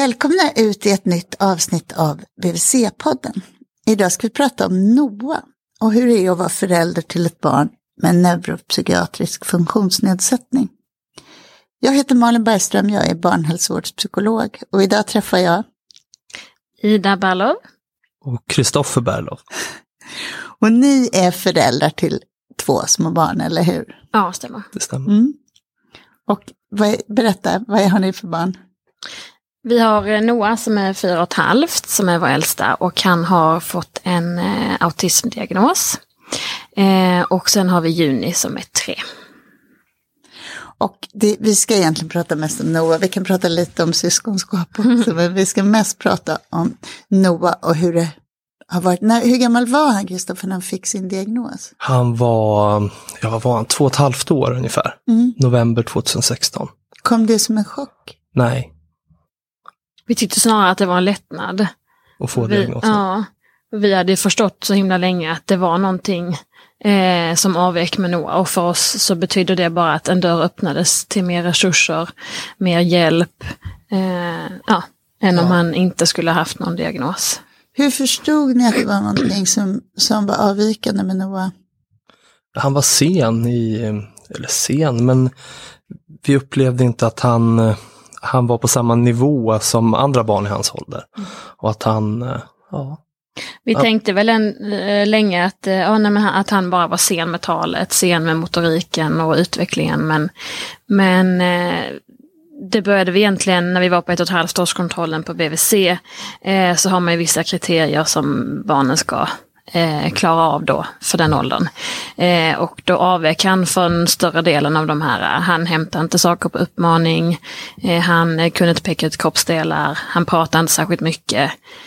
Välkomna ut i ett nytt avsnitt av BVC-podden. Idag ska vi prata om Noah och hur det är att vara förälder till ett barn med neuropsykiatrisk funktionsnedsättning. Jag heter Malin Bergström, jag är barnhälsovårdspsykolog och idag träffar jag Ida Berlov och Kristoffer Berlov. Och ni är föräldrar till 2 små barn, eller hur? Ja, stämmer. Det stämmer. Och berätta, vad har ni för barn? Vi har Noah som är 4,5 som är vår äldsta och han har fått en autismdiagnos. Och sen har vi Juni som är 3. Och vi ska egentligen prata mest om Noah. Vi kan prata lite om syskonskap också, men vi ska mest prata om Noah och hur det har varit. Hur gammal var han, Kristoffer, när han fick sin diagnos? Han var 2,5 år ungefär. November 2016. Kom det som en chock? Nej. Vi tyckte snarare att det var en lättnad. Och få diagnosen. Ja, vi hade förstått så himla länge att det var någonting som avvek med Noah. Och för oss så betyder det bara att en dörr öppnades till mer resurser, mer hjälp. Än om han inte skulle ha haft någon diagnos. Hur förstod ni att det var någonting som var avvikande med Noah? Han var sen, men vi upplevde inte att han var på samma nivå som andra barn i hans ålder. Och att vi tänkte väl länge att han bara var sen med talet, sen med motoriken och utvecklingen. Men det började vi egentligen när vi var på 1,5-årskontrollen på BVC. Så har man ju vissa kriterier som barnen ska klara av då för den åldern. Och då avvek han från större delen av de här. Han hämtade inte saker på uppmaning. Han kunde inte peka ut kroppsdelar. Han pratade inte särskilt mycket.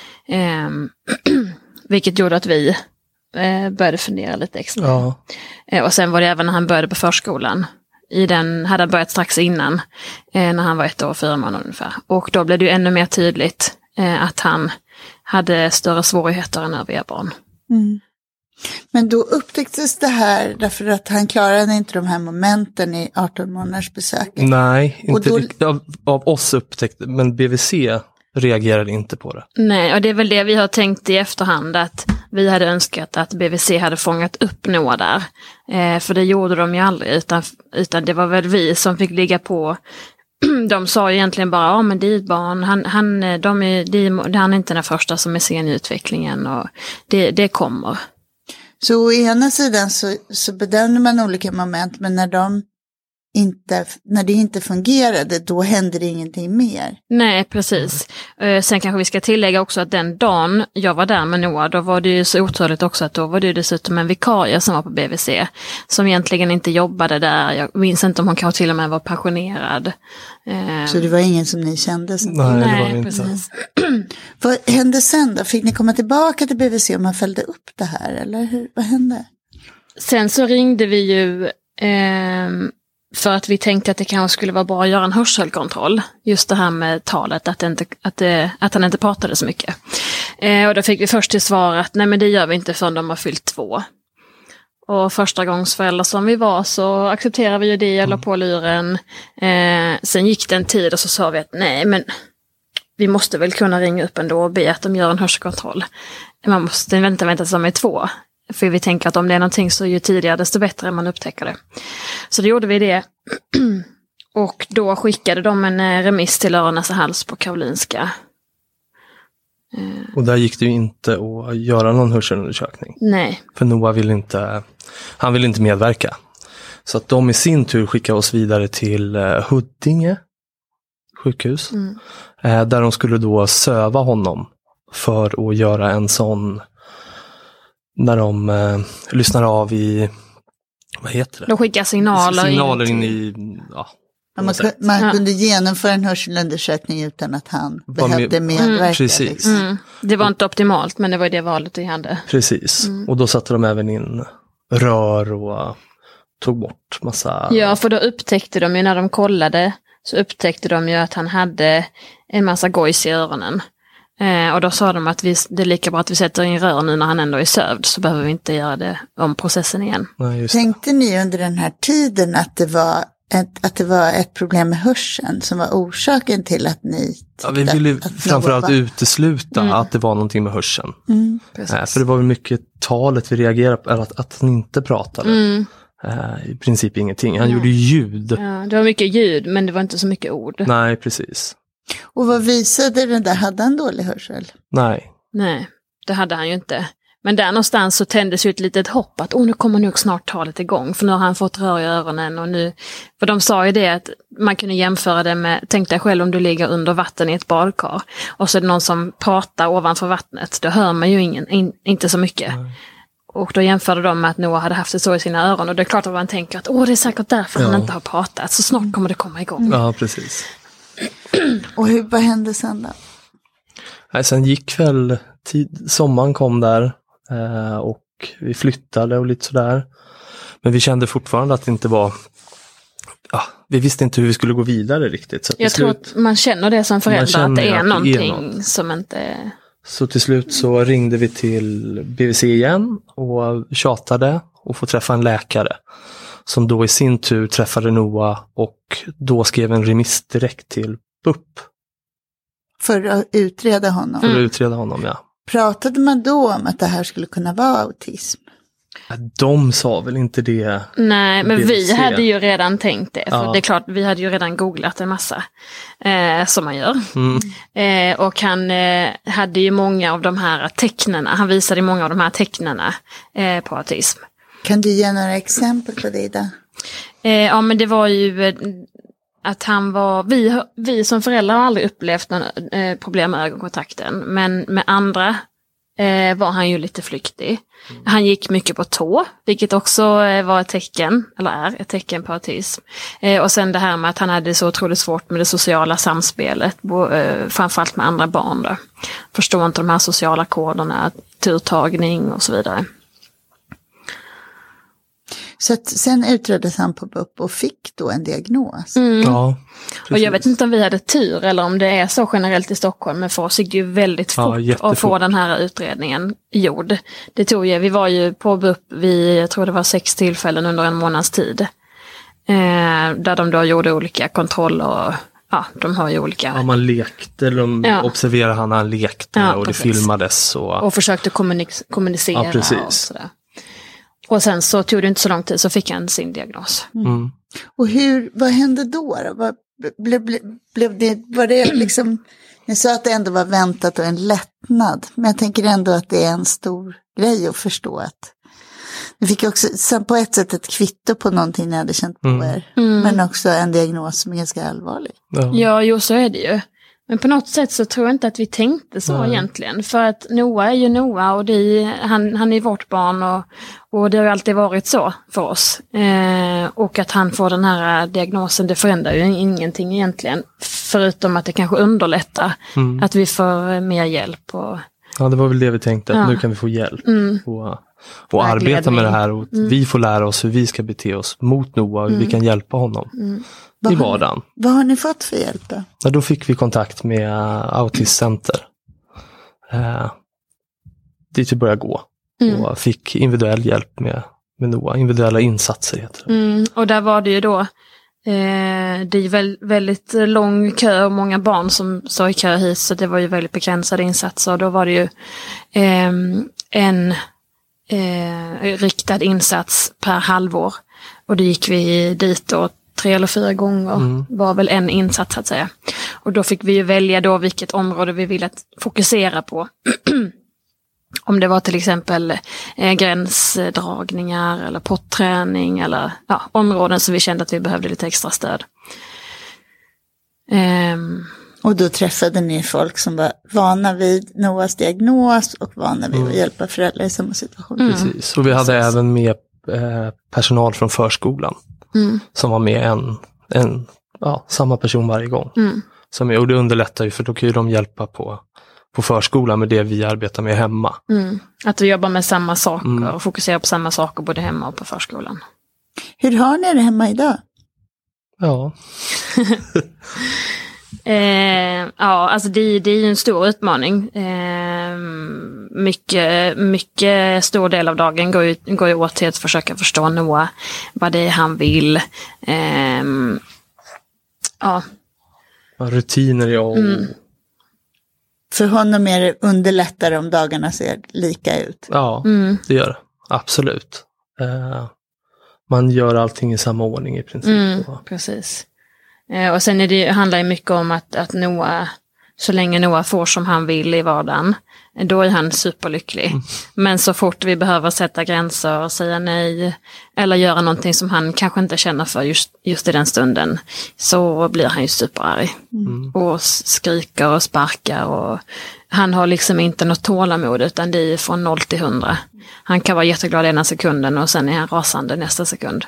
Vilket gjorde att vi började fundera lite extra. Ja. Och sen var det även när han började på förskolan. Hade han börjat strax innan. När han var 1 år och 4 månader ungefär. Och då blev det ju ännu mer tydligt att han hade större svårigheter än övriga barn. Men då upptäcktes det här därför att han klarade inte de här momenten i 18 månaders besök. Nej, inte riktigt av oss upptäckte, men BVC reagerade inte på det. Nej, och det är väl det vi har tänkt i efterhand, att vi hade önskat att BVC hade fångat upp Noah där. För det gjorde de ju aldrig, utan det var väl vi som fick ligga på. De sa ju egentligen bara, men det är ett barn, han är inte den första som är sen i utvecklingen och det kommer. Så å ena sidan så bedömer man olika moment, men när det inte fungerade, då hände det ingenting mer. Nej, precis. Sen kanske vi ska tillägga också att den dagen jag var där med Noah, då var det ju så otroligt också att då var det ju dessutom en vikarie som var på BVC, som egentligen inte jobbade där. Jag minns inte om hon kanske till och med var passionerad. Så det var ingen som ni kände? Nej, det var inte. Precis. Vad hände sen då? Fick ni komma tillbaka till BVC och man följde upp det här? Eller vad hände? Sen så ringde vi ju för att vi tänkte att det kanske skulle vara bra att göra en hörselkontroll. Just det här med talet, att han inte pratade så mycket. Och då fick vi först till svar att nej, men det gör vi inte förrän de har fyllt 2. Och första gångs föräldrar som vi var så accepterade vi ju det, eller på luren. Sen gick det en tid och så sa vi att nej, men vi måste väl kunna ringa upp ändå och be att de gör en hörselkontroll. Man måste vänta tills de är 2. För vi tänker att om det är någonting så ju tidigare desto bättre man upptäcker det. Så då gjorde vi det. Och då skickade de en remiss till öron, näsa, hals på Karolinska. Och där gick det ju inte att göra någon hörselundersökning. Nej. För Noah ville inte medverka. Så att de i sin tur skickade oss vidare till Huddinge sjukhus. Där de skulle då söva honom för att göra en sån, när de lyssnar av i, vad heter det? De skickar signaler in i, man kunde genomföra en hörselundersökning utan att han behövde medverka. Precis. Det var inte optimalt, men det var det valet vi hade. Precis, och då satte de även in rör och tog bort massa. Ja, för då upptäckte de ju när de kollade, så upptäckte de ju att han hade en massa gojs i öronen. Och då sa de att det är lika bra att vi sätter in rör nu när han ändå är sövd, så behöver vi inte göra det om processen igen. Nej, tänkte ni under den här tiden att det var att det var ett problem med hörseln som var orsaken till att ni... Ja, vi ville framförallt utesluta att det var någonting med hörseln. För det var väl mycket talet vi reagerade på, att han inte pratade. I princip ingenting. Han gjorde ljud. Ja, det var mycket ljud, men det var inte så mycket ord. Nej, precis. Och vad visade det där? Hade han dålig hörsel? Nej, det hade han ju inte. Men där någonstans så tändes ju ett litet hopp att nu kommer nog snart talet igång. För nu har han fått rör i öronen och nu... För de sa ju det att man kunde jämföra det med... Tänk dig själv om du ligger under vatten i ett badkar. Och så är det någon som pratar ovanför vattnet. Då hör man ju inte så mycket. Och då jämförde de med att Noah hade haft det så i sina öron. Och det är klart att man tänker att det är säkert därför han inte har pratat. Så snart kommer det komma igång. Ja, precis. Och vad hände sen då? Nej, sen gick väl... Sommaren kom där. Och vi flyttade och lite sådär. Men vi kände fortfarande att det inte var... vi visste inte hur vi skulle gå vidare riktigt. Så jag tror att man känner det som förälder, att det är någonting som inte... Så till slut så ringde vi till BVC igen och tjatade och få träffa en läkare. Som då i sin tur träffade Noah och då skrev en remiss direkt till BUP. För att utreda honom? För att utreda honom, ja. Pratade man då om att det här skulle kunna vara autism? De sa väl inte det. Nej, men vi hade ju redan tänkt det. För det är klart, vi hade ju redan googlat en massa. Som man gör. Och han hade ju många av de här tecknena. Han visade många av de här tecknena på autism. Kan du ge några exempel på det, Ida? Ja, men det var ju... Att han var, vi som föräldrar har aldrig upplevt någon problem med ögonkontakten. Men med andra var han ju lite flyktig. Han gick mycket på tå, vilket också var ett tecken, eller är ett tecken på autism. Och sen det här med att han hade så otroligt svårt med det sociala samspelet, framförallt med andra barn då. Förstår inte de här sociala koderna, turtagning och så vidare. Så att sen utreddes han på BUP och fick då en diagnos. Ja, och jag vet inte om vi hade tur eller om det är så generellt i Stockholm, men för oss gick det ju väldigt fort att få den här utredningen gjord. Det tog ju, vi var ju på BUP jag tror det var 6 tillfällen under en månads tid. Där de då gjorde olika kontroller och de har ju olika... Ja, man lekte, observerade han när han lekte och precis. Det filmades. Och försökte kommunicera och sådär. Och sen så tog det inte så lång tid så fick han sin diagnos. Och vad hände då? Var det liksom, ni sa att det ändå var väntat och en lättnad. Men jag tänker ändå att det är en stor grej att förstå att ni fick också på ett sätt ett kvitto på någonting ni hade känt på er. Men också en diagnos som är ganska allvarlig. Ja, så är det ju. Men på något sätt så tror jag inte att vi tänkte så egentligen. För att Noah är ju Noah och han är vårt barn och det har ju alltid varit så för oss. Och att han får den här diagnosen, det förändrar ju ingenting egentligen. Förutom att det kanske underlättar att vi får mer hjälp. Ja, det var väl det vi tänkte, att nu kan vi få hjälp och arbeta med det här. Och vi får lära oss hur vi ska bete oss mot Noah och hur vi kan hjälpa honom. I vardagen. Vad har ni fått för hjälp då? Ja, då fick vi kontakt med Autismcenter. Dit vi började gå. Och fick individuell hjälp med Noah. Individuella insatser heter det. Och där var det ju då det är väldigt lång kö och många barn som står i kö hit. Så det var ju väldigt begränsade insatser. Och då var det ju en riktad insats per halvår. Och då gick vi dit och 3 eller 4 gånger var väl en insats så att säga. Och då fick vi ju välja då vilket område vi ville fokusera på. Om det var till exempel gränsdragningar eller potträning eller områden som vi kände att vi behövde lite extra stöd. Och då träffade ni folk som var vana vid Noahs diagnos och vana vid att hjälpa föräldrar i samma situation. Precis, och vi hade även med personal från förskolan. Som var med samma person varje gång. Och det underlättar ju för då kan ju de hjälpa på förskolan med det vi arbetar med hemma. Att vi jobbar med samma saker och fokuserar på samma saker både hemma och på förskolan. Hur har ni det hemma idag? Ja. Ja, alltså det är ju en stor utmaning. Mycket stor del av dagen går ju åt till att försöka förstå Noah, vad det är han vill. Ja. Rutiner, ja. För honom är det underlättare om dagarna ser lika ut. Ja, det gör det. Absolut. Man gör allting i samma ordning i princip. Precis. Och sen handlar det mycket om att Noah, så länge Noah får som han vill i vardagen, då är han superlycklig. Men så fort vi behöver sätta gränser och säga nej eller göra någonting som han kanske inte känner för just i den stunden, så blir han ju superarg. Och skriker och sparkar, och han har liksom inte något tålamod, utan det är från 0 till 100. Han kan vara jätteglad ena sekunden och sen är han rasande nästa sekund.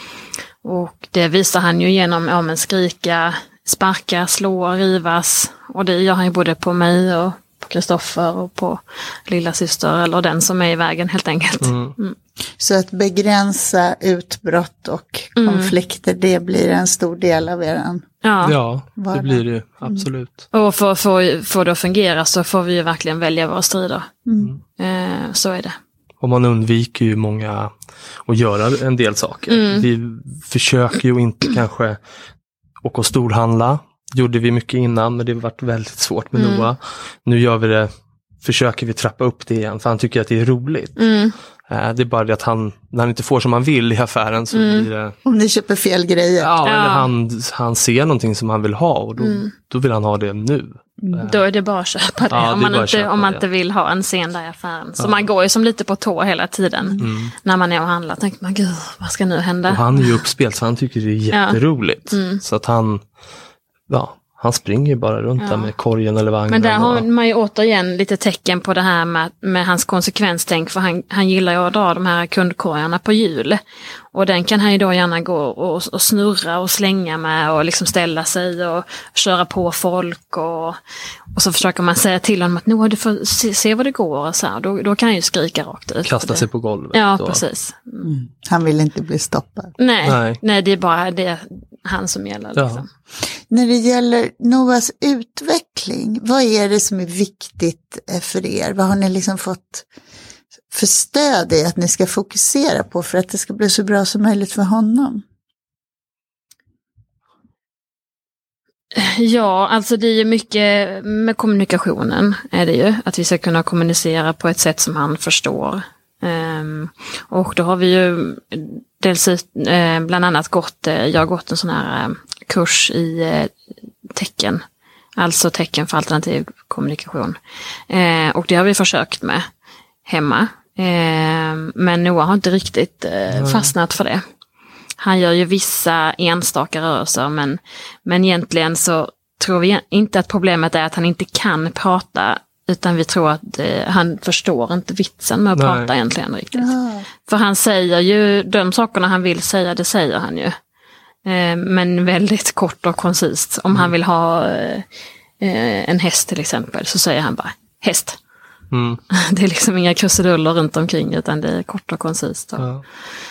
Och det visar han ju genom skrika, sparka, slå, rivas. Och det gör han ju både på mig och på Kristoffer och på lilla syster, eller den som är i vägen helt enkelt. Så att begränsa utbrott och konflikter, det blir en stor del av eran. Ja, det blir det absolut. Och för det att fungera så får vi ju verkligen välja våra strider. Så är det. Och man undviker ju många att göra en del saker. Vi försöker ju inte kanske åka och storhandla. Gjorde vi mycket innan, men det har varit väldigt svårt med Noah. Nu försöker vi trappa upp det igen, för han tycker att det är roligt. Det är bara det att när han inte får som han vill i affären, så blir det... Om ni köper fel grejer. Ja, eller han ser någonting som han vill ha, och då vill han ha det nu. Då är det bara att köpa det, om man inte vill ha en scen där i affären. Så man går ju som lite på tå hela tiden. När man är och handlar tänker man, gud, vad ska nu hända? Och han är ju uppspelt, så han tycker det är jätteroligt. Så att han springer ju bara runt där med korgen eller vagnen. Men där har man ju återigen lite tecken på det här med hans konsekvenstänk, för han gillar ju att dra de här kundkorgarna på hjul. Och den kan han ju då gärna gå och snurra och slänga med och liksom ställa sig och köra på folk. Och så försöker man säga till honom att nu du får se vad det går. Och så här. Då kan han ju skrika rakt ut. Kasta sig på golvet. Ja, precis. Han vill inte bli stoppad. Nej, det är bara det han som gäller. Liksom. När det gäller Noahs utveckling, vad är det som är viktigt för er? Vad har ni liksom fått för stöd i att ni ska fokusera på för att det ska bli så bra som möjligt för honom? Ja, alltså det är ju mycket med kommunikationen, är det ju. Att vi ska kunna kommunicera på ett sätt som han förstår. Och då har vi ju dels bland annat jag har gått en sån här kurs i tecken. Alltså tecken för alternativ kommunikation. Och det har vi försökt med hemma. Men Noah har inte riktigt fastnat för det. Han gör ju vissa enstaka rörelser, men egentligen så tror vi inte att problemet är att han inte kan prata, utan vi tror att han förstår inte vitsen med att prata egentligen riktigt. För han säger ju de sakerna han vill säga, det säger han ju. Men väldigt kort och koncist. Om han vill ha en häst till exempel, så säger han bara häst. Det är liksom inga krusiduller runt omkring, utan det är kort och koncist. Ja.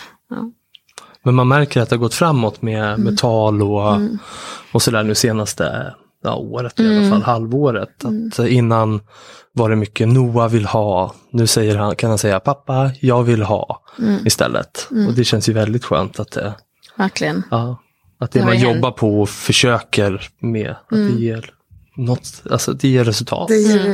Men man märker att det har gått framåt med tal och sådär nu senaste året, i alla fall halvåret. Att innan var det mycket Noah vill ha. Nu kan han säga pappa, jag vill ha istället. Och det känns ju väldigt skönt att det... Verkligen. Ja, att det man jobbar på och försöker med, att det ger något, alltså det ger resultat.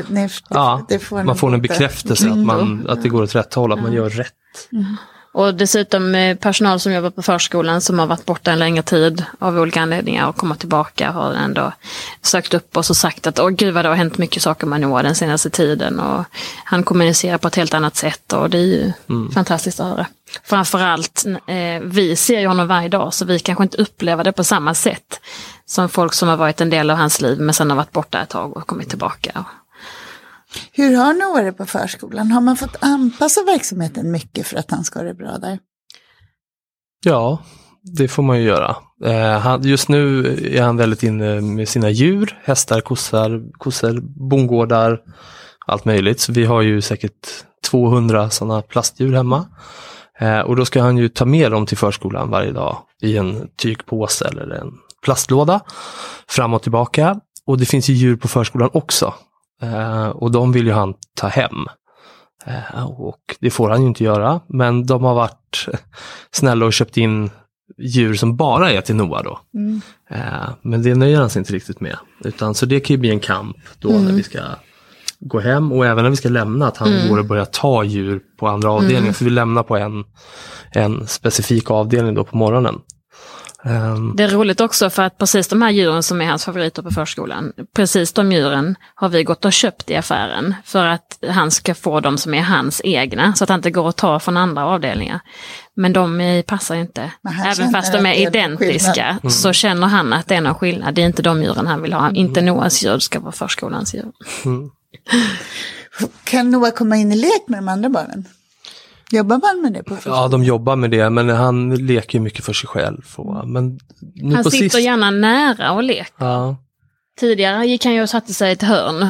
Man får en bekräftelse att det går åt rätt håll, att man gör rätt. Och dessutom personal som jobbar på förskolan som har varit borta en längre tid av olika anledningar och kommer tillbaka har ändå sökt upp oss och sagt att gud vad det har hänt mycket saker med Noah den senaste tiden, och han kommunicerar på ett helt annat sätt, och det är ju fantastiskt att höra. Framförallt vi ser ju honom varje dag, så vi kanske inte upplever det på samma sätt som folk som har varit en del av hans liv men sen har varit borta ett tag och kommit tillbaka. Hur har Noah det på förskolan? Har man fått anpassa verksamheten mycket för att han ska ha det bra där? Ja, det får man ju göra. Just nu är han väldigt inne med sina djur, hästar, kossor, bondgårdar, allt möjligt. Så vi har ju säkert 200 sådana plastdjur hemma. Och då ska han ju ta med dem till förskolan varje dag i en tygpåse eller en plastlåda fram och tillbaka. Och det finns ju djur på förskolan också. Och de vill ju han ta hem. Och det får han ju inte göra. Men de har varit snälla och köpt in djur som bara är till Noah då. Men det nöjer han sig inte riktigt med. Så det kan ju bli en kamp då när vi ska gå hem. Och även när vi ska lämna, att han går och börjar ta djur på andra avdelningar. För vi lämnar på en specifik avdelning då på morgonen. Det är roligt också för att precis de här djuren som är hans favoriter på förskolan, precis de djuren har vi gått och köpt i affären för att han ska få dem som är hans egna, så att han inte går och tar från andra avdelningar. Men de passar inte. Även fast de är identiska så känner han att det är någon skillnad. Det är inte de djuren han vill ha. Inte Noahs djur ska vara förskolans djur. Kan Noah komma in i lek med de andra barnen? Jobbar man med det på förskolan? Ja, de jobbar med det, men han leker ju mycket för sig själv. Men nu han sitter gärna nära och leker. Ja. Tidigare gick han ju och satte sig i ett hörn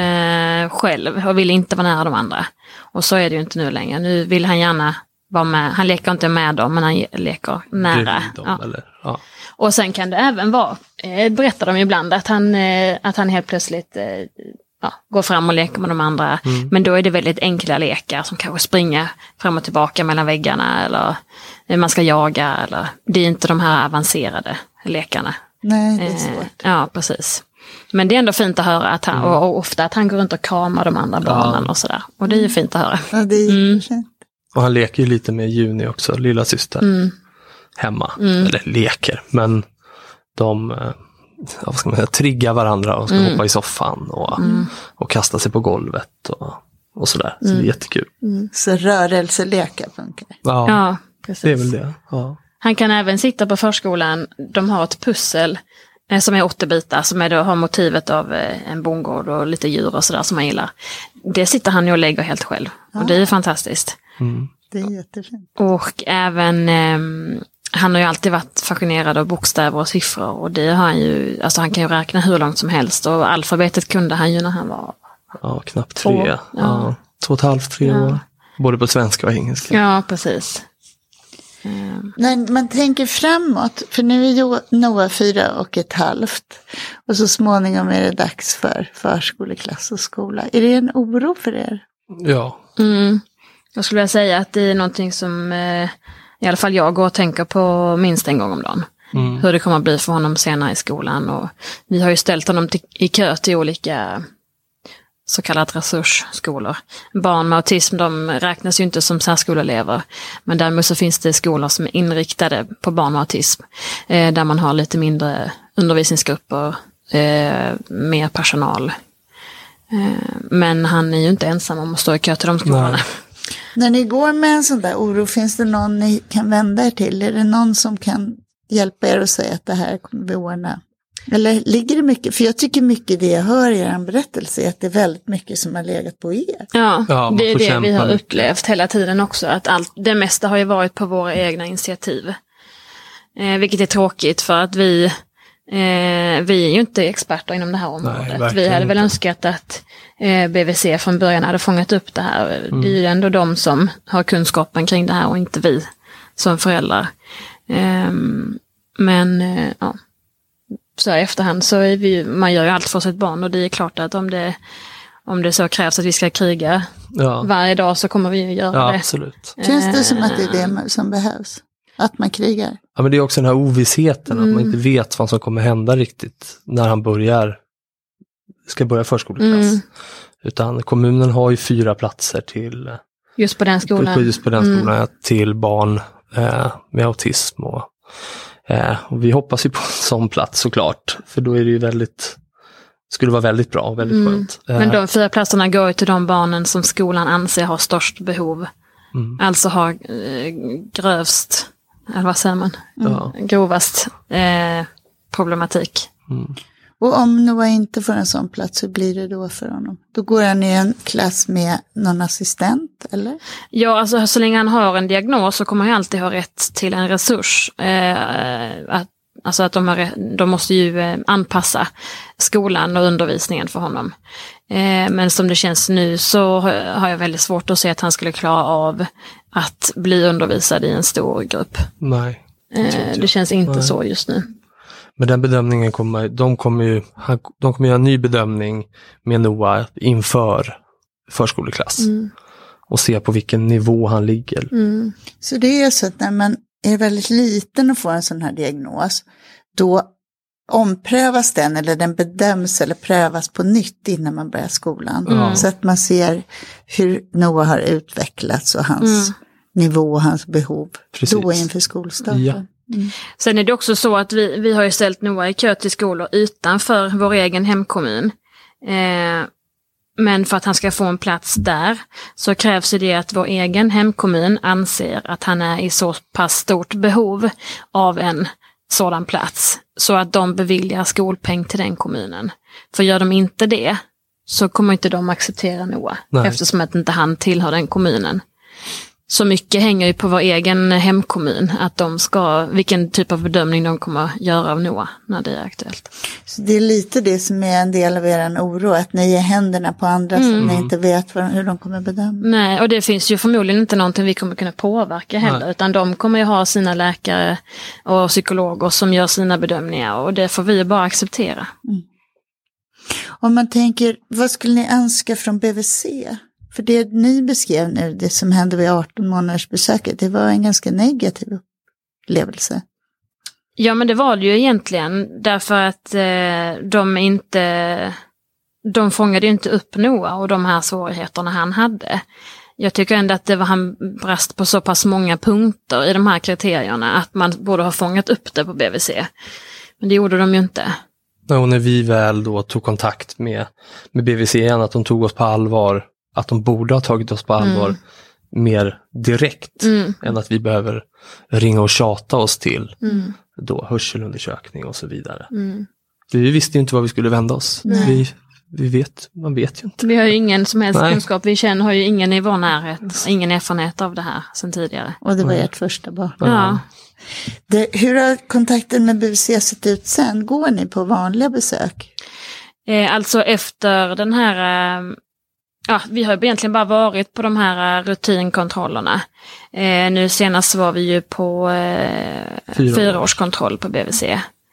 själv och ville inte vara nära de andra. Och så är det ju inte nu längre. Nu vill han gärna vara med. Han leker inte med dem, men han leker nära. Ja. Och sen kan det även vara, berättar de ibland, att han helt plötsligt går fram och leker med de andra. Men då är det väldigt enkla lekar som kanske springa fram och tillbaka mellan väggarna eller man ska jaga. Eller, det är inte de här avancerade lekarna. Nej, det är svårt. Ja, precis. Men det är ändå fint att höra att han, och ofta att han går runt och kramar de andra barnen och sådär. Och det är ju fint att höra. Ja, det är fint. Och han leker ju lite med Juni också, lilla syster hemma. Eller leker, men de vad ska man säga, triggar varandra och ska hoppa i soffan och kasta sig på golvet och sådär. Så det är jättekul. Så rörelselekar funkar. Ja, precis. Det är väl det. Ja. Han kan även sitta på förskolan. De har ett pussel som är 8 bitar som har motivet av en bondgård och lite djur och sådär som han gillar. Det sitter han ju och lägger helt själv. Och det är fantastiskt. Det är jättefint. Och även han har ju alltid varit fascinerad av bokstäver och siffror. Och det har han ju, alltså han kan ju räkna hur långt som helst. Och alfabetet kunde han ju när han var... Ja, knappt 3. 2,5-3 år. Både på svenska och engelska. Ja, precis. När man tänker framåt, för nu är Noah 4,5 och så småningom är det dags för förskoleklass och skola. Är det en oro för er? Ja. Jag skulle vilja säga att det är någonting som i alla fall jag går och tänker på minst en gång om dagen. Hur det kommer att bli för honom senare i skolan. Och vi har ju ställt honom i kö till olika så kallade resursskolor. Barn med autism, de räknas ju inte som särskoleelever. Men däremot så finns det skolor som är inriktade på barn med autism. Där man har lite mindre undervisningsgrupper, mer personal. Men han är ju inte ensam om att stå i kö till de skolorna. Nej. När ni går med en sån där oro, finns det någon ni kan vända er till? Är det någon som kan hjälpa er och säga att det här kommer vi ordna? Eller ligger det mycket? För jag tycker mycket det jag hör i er berättelse är att det är väldigt mycket som har legat på er. Ja, det är det vi har upplevt hela tiden också. Att det mesta har ju varit på våra egna initiativ. Vilket är tråkigt för att vi är ju inte experter inom det här området. Nej, vi hade väl önskat att BVC från början hade fångat upp det här. Det är ju ändå de som har kunskapen kring det här och inte vi som föräldrar. Men ja, så i efterhand så är man gör ju allt för sitt barn och det är klart att om det så krävs att vi ska kriga varje dag så kommer vi att göra det. Absolut. Känns det som att det är det som behövs? Att man krigar? Ja, men det är också den här ovissheten att man inte vet vad som kommer hända riktigt när han ska börja förskoleklass. Utan kommunen har ju 4 platser till just på den skolan, till barn med autism och vi hoppas ju på en sån plats såklart, för då är det ju skulle vara väldigt bra och väldigt skönt. Men de 4 platserna går ju till de barnen som skolan anser har störst behov. Alltså har grövst, eller vad säger man? Grovast problematik. Och om Noah inte får en sån plats, hur blir det då för honom? Då går han i en klass med någon assistent, eller? Ja, alltså så länge han har en diagnos så kommer han alltid ha rätt till en resurs. Alltså att de måste ju anpassa skolan och undervisningen för honom. Men som det känns nu så har jag väldigt svårt att se att han skulle klara av att bli undervisad i en stor grupp. Nej. Det känns inte så just nu. Men den bedömningen de kommer göra en ny bedömning med Noah inför förskoleklass. Och se på vilken nivå han ligger. Så det är så att när man är väldigt liten och får en sån här diagnos, då omprövas den eller den bedöms eller prövas på nytt innan man börjar skolan. Så att man ser hur Noah har utvecklats och hans nivå och hans behov. Precis. Då inför skolstarten. Ja. Sen är det också så att vi har ju ställt Noah i kö till skolor utanför vår egen hemkommun. Men för att han ska få en plats där så krävs det att vår egen hemkommun anser att han är i så pass stort behov av en sådan plats så att de beviljar skolpeng till den kommunen. För gör de inte det så kommer inte de acceptera Noah. Nej. Eftersom att inte han tillhör den kommunen. Så mycket hänger ju på vår egen hemkommun att vilken typ av bedömning de kommer göra av Noah när det är aktuellt. Så det är lite det som är en del av er oro, att ni är händerna på andra som ni inte vet hur de kommer bedöma. Nej, och det finns ju förmodligen inte någonting vi kommer kunna påverka heller, utan de kommer ju ha sina läkare och psykologer som gör sina bedömningar och det får vi bara acceptera. Om man tänker, vad skulle ni önska från BVC? För det ni beskrev nu, det som hände vid 18 månaders besöket, det var en ganska negativ upplevelse. Ja, men det var det ju egentligen därför att de fångade ju inte upp Noah och de här svårigheterna han hade. Jag tycker ändå att han brast på så pass många punkter i de här kriterierna att man borde ha fångat upp det på BVC. Men det gjorde de ju inte. Och när vi väl då tog kontakt med BVC igen, att de tog oss på allvar, att de borde ha tagit oss på allvar mer direkt än att vi behöver ringa och tjata oss till då hörselundersökning och så vidare. Vi visste ju inte vad vi skulle vända oss. Man vet ju inte. Vi har ju ingen som helst kunskap. Vi har ju ingen i vår närhet, ingen erfarenhet av det här sedan tidigare. Och det var ert första barn. Ja. Hur har kontakten med BVC sett ut sen? Går ni på vanliga besök? Alltså efter den här... vi har egentligen bara varit på de här rutinkontrollerna. Nu senast var vi ju på 4-årskontroll på BVC.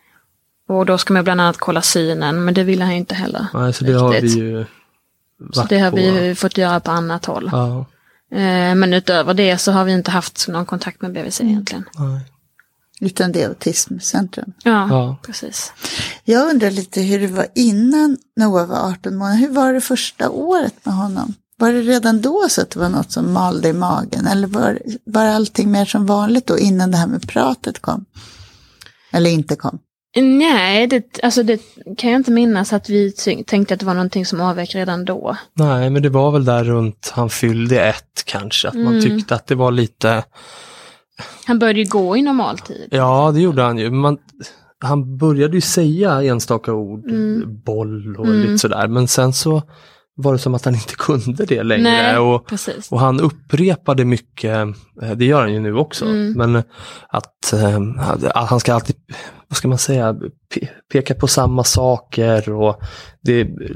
Och då ska man bland annat kolla synen, men det ville han ju inte heller. Nej, så det har vi ju så det har vi fått göra på annat håll. Ja. Men utöver det så har vi inte haft någon kontakt med BVC egentligen. Nej. Utan det är autismcentrum. Ja, precis. Jag undrar lite hur det var innan Noah var 18 månader. Hur var det första året med honom? Var det redan då så att det var något som malde i magen? Eller var allting mer som vanligt då innan det här med pratet kom? Eller inte kom? Nej, det kan jag inte minnas att vi tänkte att det var någonting som avvek redan då. Nej, men det var väl där runt han fyllde 1 kanske. Att man tyckte att det var lite... Han började ju gå i normal tid. Ja, det gjorde han ju. Han började ju säga enstaka ord, boll och lite sådär. Men sen så var det som att han inte kunde det längre. Nej, och han upprepade mycket, det gör han ju nu också. Men att han ska alltid, vad ska man säga, peka på samma saker. Och det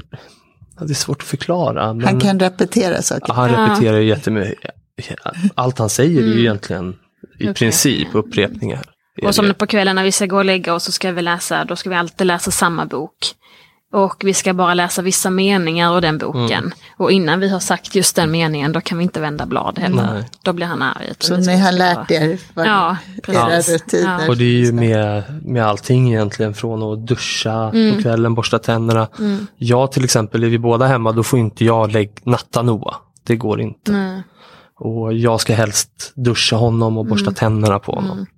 är svårt att förklara. Men han kan repetera saker. Han repeterar ju jättemycket. Allt han säger är ju egentligen i princip upprepningar. Och som på kvällen när vi ska gå och lägga oss så ska vi alltid läsa samma bok. Och vi ska bara läsa vissa meningar ur den boken. Och innan vi har sagt just den meningen, då kan vi inte vända blad heller. Nej. Då blir han arg. Så ni har lärt er era rutiner. Ja. Och det är ju med allting egentligen, från att duscha på kvällen, borsta tänderna. Jag till exempel, är vi båda hemma, då får inte jag natta Noah. Det går inte. Nej. Och jag ska helst duscha honom och borsta tänderna på honom.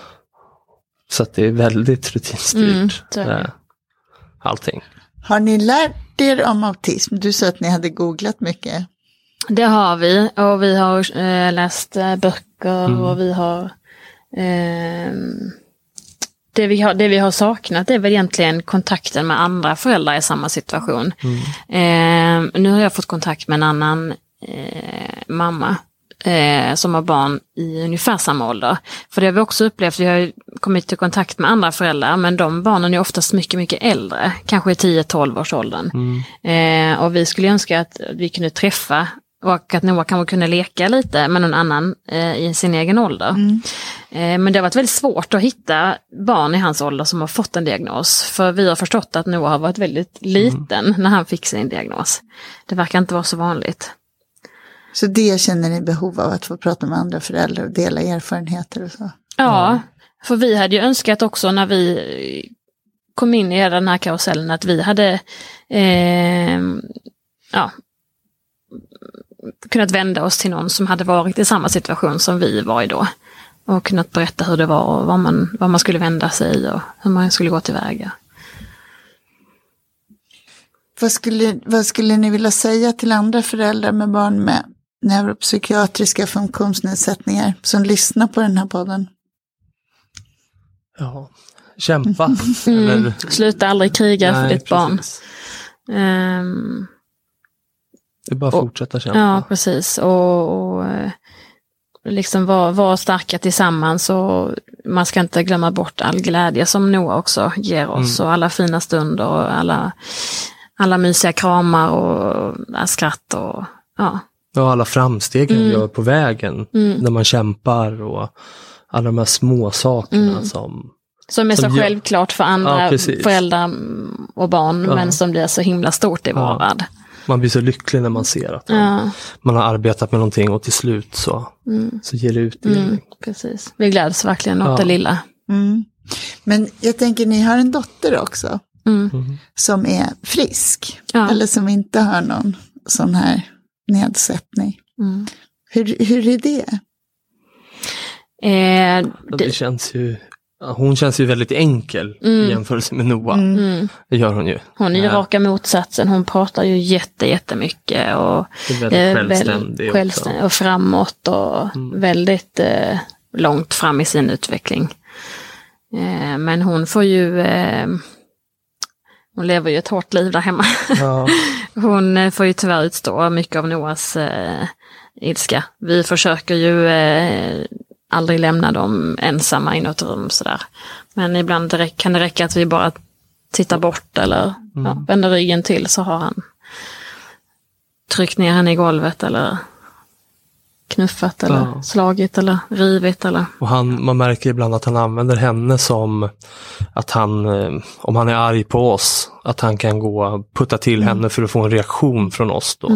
Så att det är väldigt rutinstyrt. Allting. Har ni lärt er om autism? Du sa att ni hade googlat mycket. Det har vi. Och vi har läst böcker och vi har... Det vi har saknat är väl egentligen kontakten med andra föräldrar i samma situation. Nu har jag fått kontakt med en annan mamma som har barn i ungefär samma ålder. För det har vi också upplevt, vi har kommit i kontakt med andra föräldrar, men de barnen är oftast mycket, mycket äldre. Kanske i 10-12 års åldern. Och vi skulle önska att vi kunde träffa Och att Noah kanske kunde leka lite med någon annan i sin egen ålder. Men det har varit väldigt svårt att hitta barn i hans ålder som har fått en diagnos. För vi har förstått att Noah har varit väldigt liten när han fick sin diagnos. Det verkar inte vara så vanligt. Så det känner ni behov av att få prata med andra föräldrar och dela erfarenheter och så? Ja, för vi hade ju önskat också när vi kom in i den här karusellen att vi hade kunnat vända oss till någon som hade varit i samma situation som vi var i då. Och kunnat berätta hur det var och vad man skulle vända sig och hur man skulle gå tillväga. Vad skulle ni vilja säga till andra föräldrar med barn med neuropsykiatriska funktionsnedsättningar som lyssnar på den här podden? Ja, kämpa. Eller... Sluta aldrig kriga för ditt barn. Det är bara att fortsätta kämpa. Ja, precis. Och liksom vara starka tillsammans. Och man ska inte glömma bort all glädje som Noah också ger oss. Och alla fina stunder och alla mysiga kramar och skratt och ja. Och alla framsteg vi gör på vägen när man kämpar och alla de här små sakerna som är så självklart för andra föräldrar och barn men som blir så himla stort i vår värld. Man blir så lycklig när man ser att man har arbetat med någonting och till slut så ger det utdelning. Precis. Vi gläds verkligen åt det lilla. Men jag tänker, ni har en dotter också som är frisk eller som inte har någon sån här nedsättning. Hur är det? Det känns ju... Hon känns ju väldigt enkel i jämförelse med Noah. Det gör hon ju. Hon är ju raka motsatsen. Hon pratar ju jättemycket och är väldigt självständig och framåt och väldigt långt fram i sin utveckling. Men hon får ju hon lever ju ett hårt liv där hemma. Ja. Hon får ju tyvärr utstå mycket av Noahs ilska. Vi försöker ju aldrig lämna dem ensamma i något rum sådär. Men ibland kan det räcka att vi bara tittar bort eller vänder ryggen till så har han tryckt ner henne i golvet eller knuffat eller slagit eller rivit. Eller. Och man märker ibland att han använder henne som att han, om han är arg på oss, att han kan gå och putta till henne för att få en reaktion från oss då.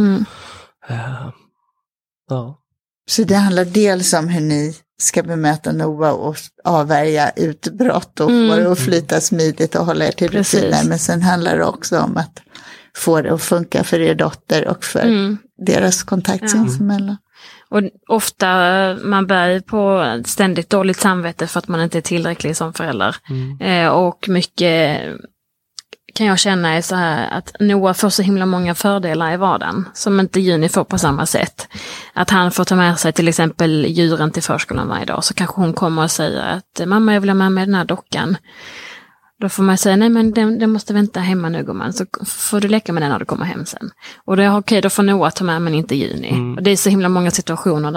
Så det handlar dels om hur ni ska bemöta Noah och avvärja utbrott och få det att flyta smidigt och hålla er till rutiner. Men sen handlar det också om att få det att funka för er dotter och för deras kontakt sinsemellan. Och ofta man bär på ständigt dåligt samvete för att man inte är tillräcklig som förälder. Och mycket kan jag känna är så här att Noah får så himla många fördelar i vardagen som inte Juni får på samma sätt. Att han får ta med sig till exempel djuren till förskolan varje dag, så kanske hon kommer och säger att mamma, jag vill ha med mig den här dockan. Då får man säga, nej men den måste vänta hemma nu gumman, så får du leka med den när du kommer hem sen. Och då är okej, då får Noah ta med men inte Juni. Och det är så himla många situationer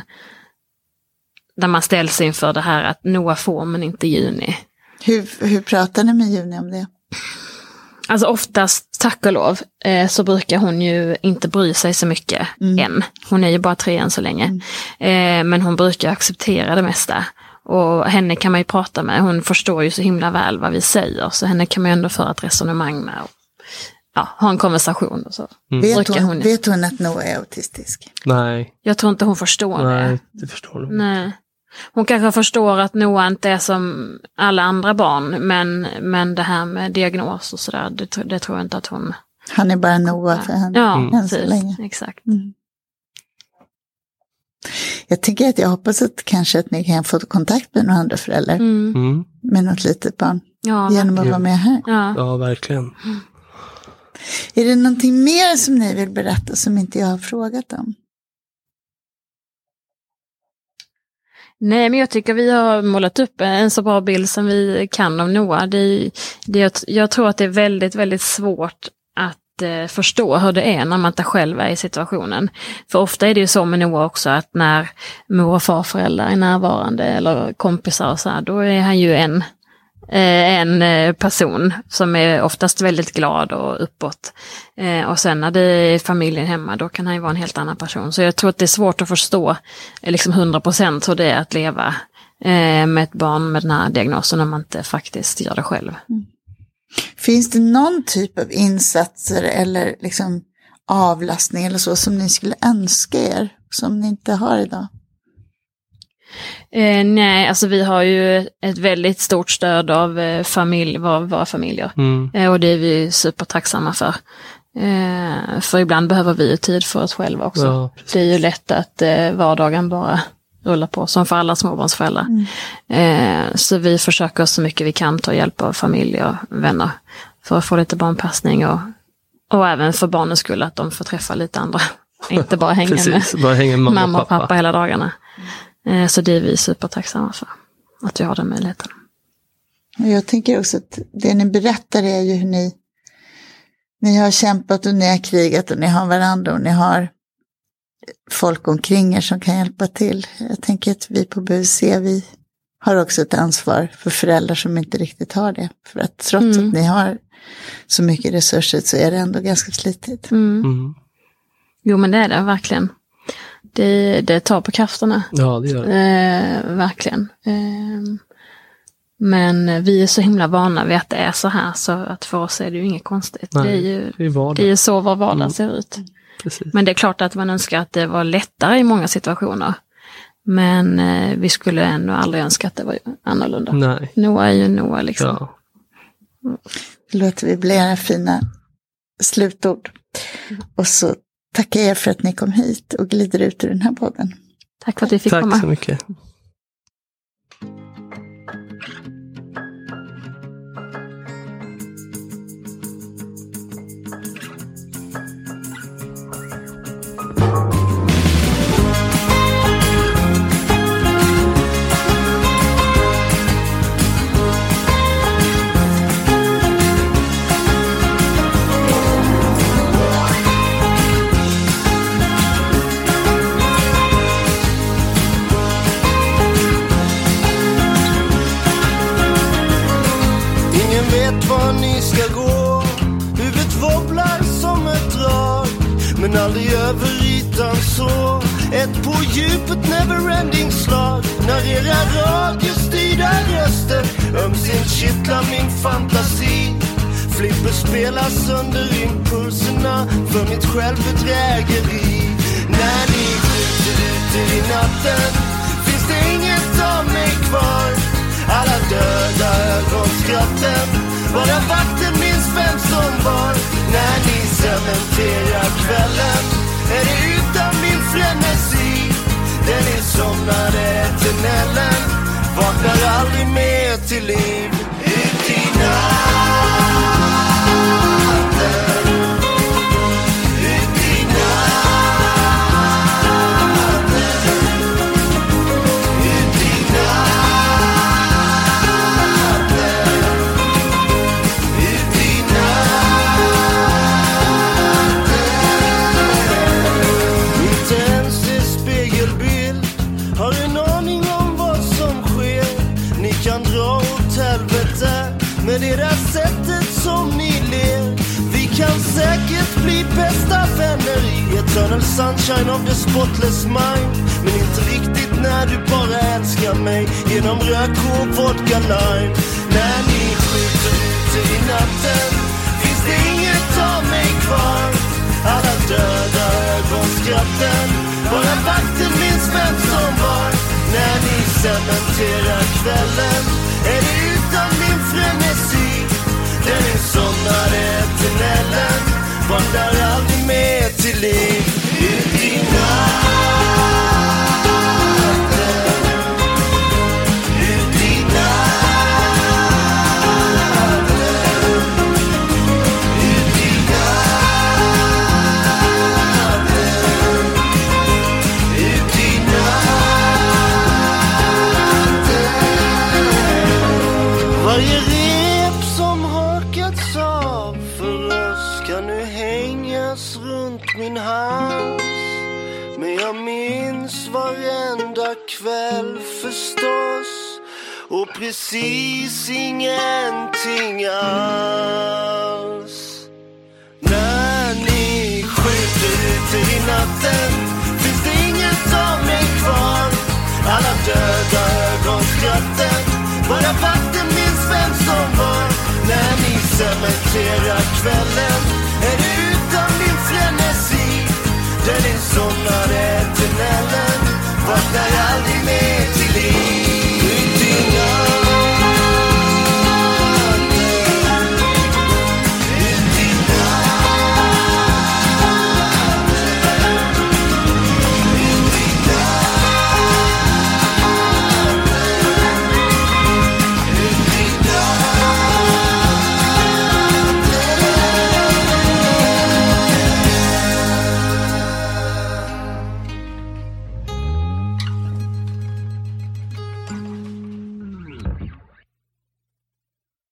där man ställs inför det här att Noah får men inte Juni. Hur pratar ni med Juni om det? Alltså oftast, tack och lov, så brukar hon ju inte bry sig så mycket än. Hon är ju bara 3 än så länge. Men hon brukar acceptera det mesta. Och henne kan man ju prata med. Hon förstår ju så himla väl vad vi säger. Så henne kan man ju ändå föra ett resonemang med. Och, ha en konversation och så. Vet hon att Noah är autistisk? Nej. Jag tror inte hon förstår det. Nej, det förstår hon. Nej. Hon kanske förstår att Noah inte är som alla andra barn, men det här med diagnos och sådär, det tror jag inte att hon... Han är bara Noah för henne. Ja, så länge. Exakt. Jag tänker att jag hoppas att kanske att ni kan få kontakt med några andra föräldrar med något litet barn genom att vara med här. Ja, verkligen. Är det någonting mer som ni vill berätta som inte jag har frågat om? Nej, men jag tycker vi har målat upp en så bra bild som vi kan om Noah. Jag tror att det är väldigt, väldigt svårt att förstå hur det är när man inte själv är i situationen. För ofta är det ju så med Noah också att när mor och farföräldrar är närvarande eller kompisar och så här, då är han ju en person som är oftast väldigt glad och uppåt. Och sen när det är familjen hemma, då kan han ju vara en helt annan person. Så jag tror att det är svårt att förstå liksom 100% hur det är att leva med ett barn med den här diagnosen om man inte faktiskt gör det själv. Mm. Finns det någon typ av insatser eller liksom avlastning eller så som ni skulle önska er, som ni inte har idag? Nej, alltså vi har ju ett väldigt stort stöd av våra familjer. Och det är vi supertacksamma för. För ibland behöver vi ju tid för oss själva också. Ja, det är ju lätt att vardagen bara rullar på, som för alla småbarnsföräldrar. Så vi försöker så mycket vi kan ta hjälp av familj och vänner för att få lite barnpassning och även för barnens skull att de får träffa lite andra. Inte bara hänga med mamma och pappa hela dagarna. Så det är vi supertacksamma för, att vi har den möjligheten. Jag tänker också att det ni berättar är ju hur ni har kämpat och ni har krigat och ni har varandra och ni har folk omkring er som kan hjälpa till. Jag tänker att vi på BUC, vi har också ett ansvar för föräldrar som inte riktigt har det. För att trots att ni har så mycket resurser så är det ändå ganska slitigt. Jo, men det är det verkligen. Det tar på krafterna. Ja, det gör det. Verkligen. Men vi är så himla vana vid att det är så här, så att för oss är det ju inget konstigt. Nej, det är ju så vår vardag ser ut. Precis. Men det är klart att man önskar att det var lättare i många situationer. Men vi skulle ändå aldrig önska att det var annorlunda. Nej. Noah är ju Noah liksom. Ja. Låter vi bli era fina slutord. Och så tackar jag för att ni kom hit och glider ut ur den här podden. Tack för att vi fick komma. Tack så mycket. Men aldrig över ytan så. Ett på djupet neverending slag. När era radiostyrda röster ömsint kittlar min fantasi. Flipper spelar sönder impulserna för mitt självbedrägeri. När ni skjuter ut i natten finns det inget av mig kvar. Alla döda ögonskratten, bara vakten minns vem som var. När ni cementerar kvällen är det utan min frenesi. Den är somnade tunnelen, vaknar aldrig mer till liv. Ut i natten, ut i natten, ut i natten, ut i natten. Inte ens en spegelbild har en aning om vad som sker. Ni kan dra åt helvete med det där sättet som ni ler. Vi kan säkert bli bästa vänner i eternal sunshine of the spotless mind. Men inte riktigt när du bara älskar mig genom rök och vodka lime. När ni skjuter ut i natten finns det inget av mig kvar. Alla döda ögonskratten, bara vakten minns vem som var. När ni cementerar kvällen är det utan min frenesi. Den är somnade tunnelen, vaknar aldrig mer till liv. Ut i natten, ut i natten, ut i natten, ut i natten. Varje rep som hakats av för oss kan nu hängas runt min hals. Men jag minns varenda kväll förstås. och precis ingenting alls. När ni skjuter ut i natten finns det inget av mig kvar. Alla döda ögonskratten, bara vatten minns vem som var. När ni cementerar kvällen